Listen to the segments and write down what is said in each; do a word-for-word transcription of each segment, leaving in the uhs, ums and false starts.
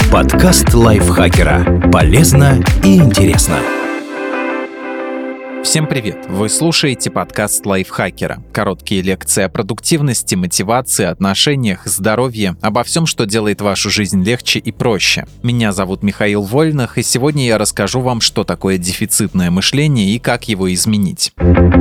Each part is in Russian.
Подкаст лайфхакера. Полезно и интересно. Всем привет! Вы слушаете подкаст лайфхакера. Короткие лекции о продуктивности, мотивации, отношениях, здоровье, обо всем, что делает вашу жизнь легче и проще. Меня зовут Михаил Вольных, и сегодня я расскажу вам, что такое дефицитное мышление и как его изменить.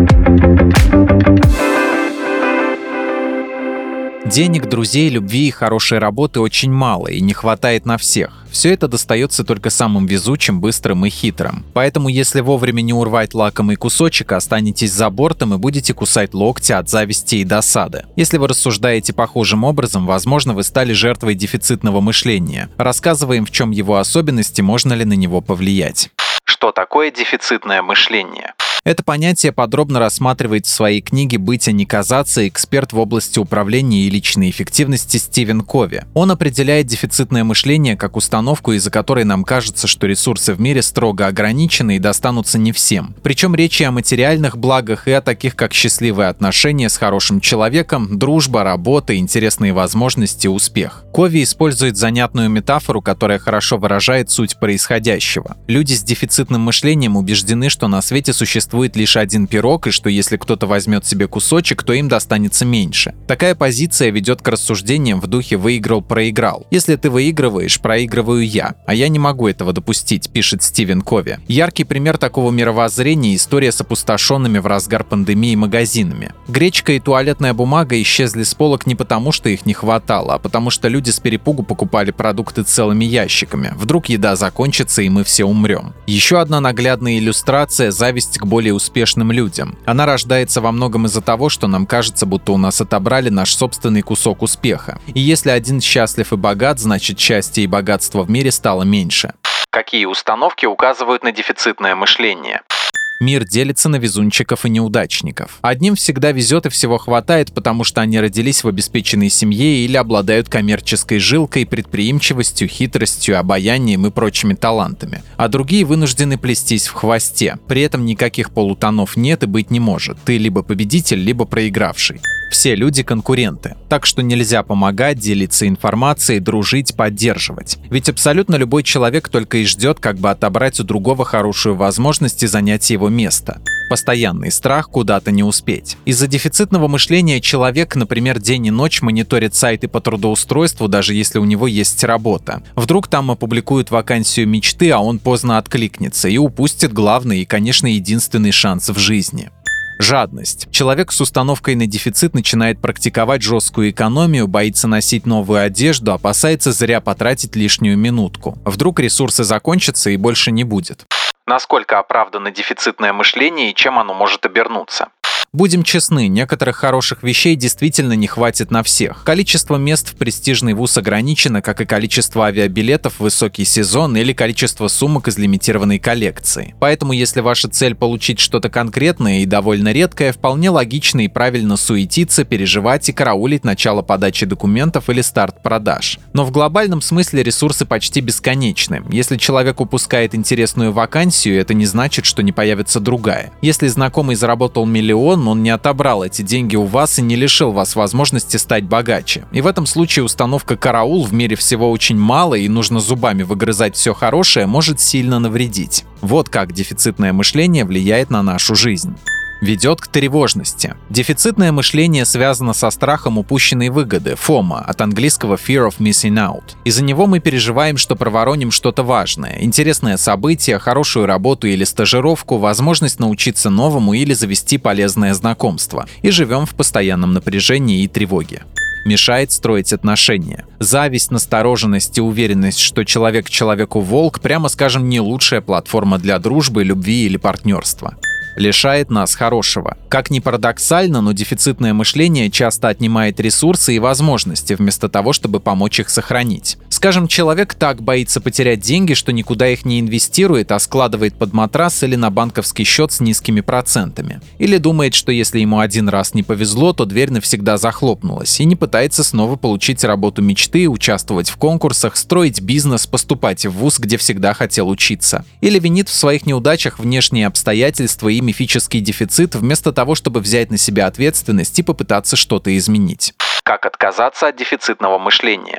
Денег, друзей, любви и хорошей работы очень мало и не хватает на всех. Все это достается только самым везучим, быстрым и хитрым. Поэтому, если вовремя не урвать лакомый кусочек, останетесь за бортом и будете кусать локти от зависти и досады. Если вы рассуждаете похожим образом, возможно, вы стали жертвой дефицитного мышления. Рассказываем, в чем его особенности, можно ли на него повлиять. Что такое дефицитное мышление? Это понятие подробно рассматривает в своей книге «Быть, а не казаться» эксперт в области управления и личной эффективности Стивен Кови. Он определяет дефицитное мышление как установку, из-за которой нам кажется, что ресурсы в мире строго ограничены и достанутся не всем. Причем речь и о материальных благах, и о таких, как счастливые отношения с хорошим человеком, дружба, работа, интересные возможности, успех. Кови использует занятную метафору, которая хорошо выражает суть происходящего. Люди с дефицитным мышлением убеждены, что на свете существует Существует лишь один пирог, и что если кто-то возьмет себе кусочек, то им достанется меньше. Такая позиция ведет к рассуждениям в духе «выиграл-проиграл». Если ты выигрываешь, проигрываю я, а я не могу этого допустить, пишет Стивен Кови. Яркий пример такого мировоззрения – история с опустошенными в разгар пандемии магазинами. Гречка и туалетная бумага исчезли с полок не потому, что их не хватало, а потому что люди с перепугу покупали продукты целыми ящиками. Вдруг еда закончится, и мы все умрем. Еще одна наглядная иллюстрация – зависть к более успешным людям. Она рождается во многом из-за того, что нам кажется, будто у нас отобрали наш собственный кусок успеха. И если один счастлив и богат, значит счастье и богатство в мире стало меньше. Какие установки указывают на дефицитное мышление? Мир делится на везунчиков и неудачников. Одним всегда везет и всего хватает, потому что они родились в обеспеченной семье или обладают коммерческой жилкой, предприимчивостью, хитростью, обаянием и прочими талантами. А другие вынуждены плестись в хвосте. При этом никаких полутонов нет и быть не может. Ты либо победитель, либо проигравший. Все люди конкуренты, так что нельзя помогать, делиться информацией, дружить, поддерживать. Ведь абсолютно любой человек только и ждет, как бы отобрать у другого хорошую возможность и занять его место. Постоянный страх куда-то не успеть. Из-за дефицитного мышления человек, например, день и ночь мониторит сайты по трудоустройству, даже если у него есть работа. Вдруг там опубликуют вакансию мечты, а он поздно откликнется и упустит главный и, конечно, единственный шанс в жизни. Жадность. Человек с установкой на дефицит начинает практиковать жесткую экономию, боится носить новую одежду, опасается зря потратить лишнюю минутку. Вдруг ресурсы закончатся и больше не будет. Насколько оправдано дефицитное мышление и чем оно может обернуться? Будем честны, некоторых хороших вещей действительно не хватит на всех. Количество мест в престижный вуз ограничено, как и количество авиабилетов в высокий сезон или количество сумок из лимитированной коллекции. Поэтому, если ваша цель получить что-то конкретное и довольно редкое, вполне логично и правильно суетиться, переживать и караулить начало подачи документов или старт продаж. Но в глобальном смысле ресурсы почти бесконечны. Если человек упускает интересную вакансию, это не значит, что не появится другая. Если знакомый заработал миллион, он не отобрал эти деньги у вас и не лишил вас возможности стать богаче. И в этом случае установка «караул» в мире всего очень мало и нужно зубами выгрызать все хорошее может сильно навредить. Вот как дефицитное мышление влияет на нашу жизнь. Ведет к тревожности. Дефицитное мышление связано со страхом упущенной выгоды, фома, от английского fear of missing out. Из-за него мы переживаем, что провороним что-то важное, интересное событие, хорошую работу или стажировку, возможность научиться новому или завести полезное знакомство. И живем в постоянном напряжении и тревоге. Мешает строить отношения. Зависть, настороженность и уверенность, что человек человеку волк, прямо скажем, не лучшая платформа для дружбы, любви или партнерства. Лишает нас хорошего. Как ни парадоксально, но дефицитное мышление часто отнимает ресурсы и возможности, вместо того, чтобы помочь их сохранить. Скажем, человек так боится потерять деньги, что никуда их не инвестирует, а складывает под матрас или на банковский счет с низкими процентами. Или думает, что если ему один раз не повезло, то дверь навсегда захлопнулась, и не пытается снова получить работу мечты, участвовать в конкурсах, строить бизнес, поступать в вуз, где всегда хотел учиться. Или винит в своих неудачах внешние обстоятельства и мифический дефицит, вместо того, чтобы взять на себя ответственность и попытаться что-то изменить. Как отказаться от дефицитного мышления?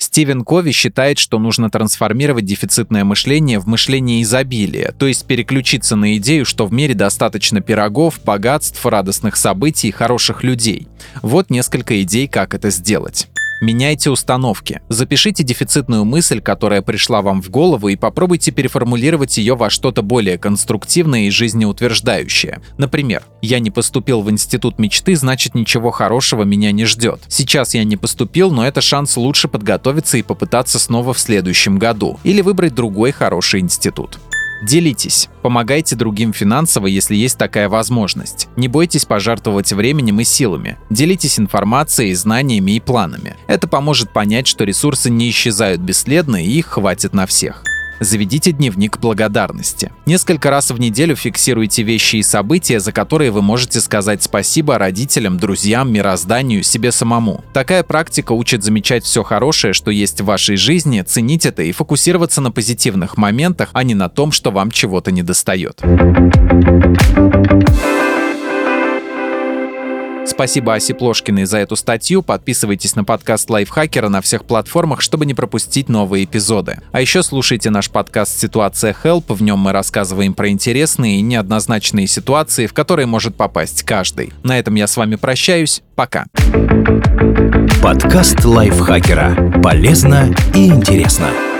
Стивен Кови считает, что нужно трансформировать дефицитное мышление в мышление изобилия, то есть переключиться на идею, что в мире достаточно пирогов, богатств, радостных событий и хороших людей. Вот несколько идей, как это сделать. Меняйте установки. Запишите дефицитную мысль, которая пришла вам в голову, и попробуйте переформулировать ее во что-то более конструктивное и жизнеутверждающее. Например, «Я не поступил в институт мечты, значит, ничего хорошего меня не ждет. Сейчас я не поступил, но это шанс лучше подготовиться и попытаться снова в следующем году. Или выбрать другой хороший институт». Делитесь. Помогайте другим финансово, если есть такая возможность. Не бойтесь пожертвовать временем и силами. Делитесь информацией, знаниями и планами. Это поможет понять, что ресурсы не исчезают бесследно и их хватит на всех. Заведите дневник благодарности. Несколько раз в неделю фиксируйте вещи и события, за которые вы можете сказать спасибо родителям, друзьям, мирозданию, себе самому. Такая практика учит замечать все хорошее, что есть в вашей жизни, ценить это и фокусироваться на позитивных моментах, а не на том, что вам чего-то недостает. Спасибо Асе Плошкиной за эту статью. Подписывайтесь на подкаст Лайфхакера на всех платформах, чтобы не пропустить новые эпизоды. А еще слушайте наш подкаст «Ситуация Help». В нем мы рассказываем про интересные и неоднозначные ситуации, в которые может попасть каждый. На этом я с вами прощаюсь. Пока. Подкаст Лайфхакера. Полезно и интересно.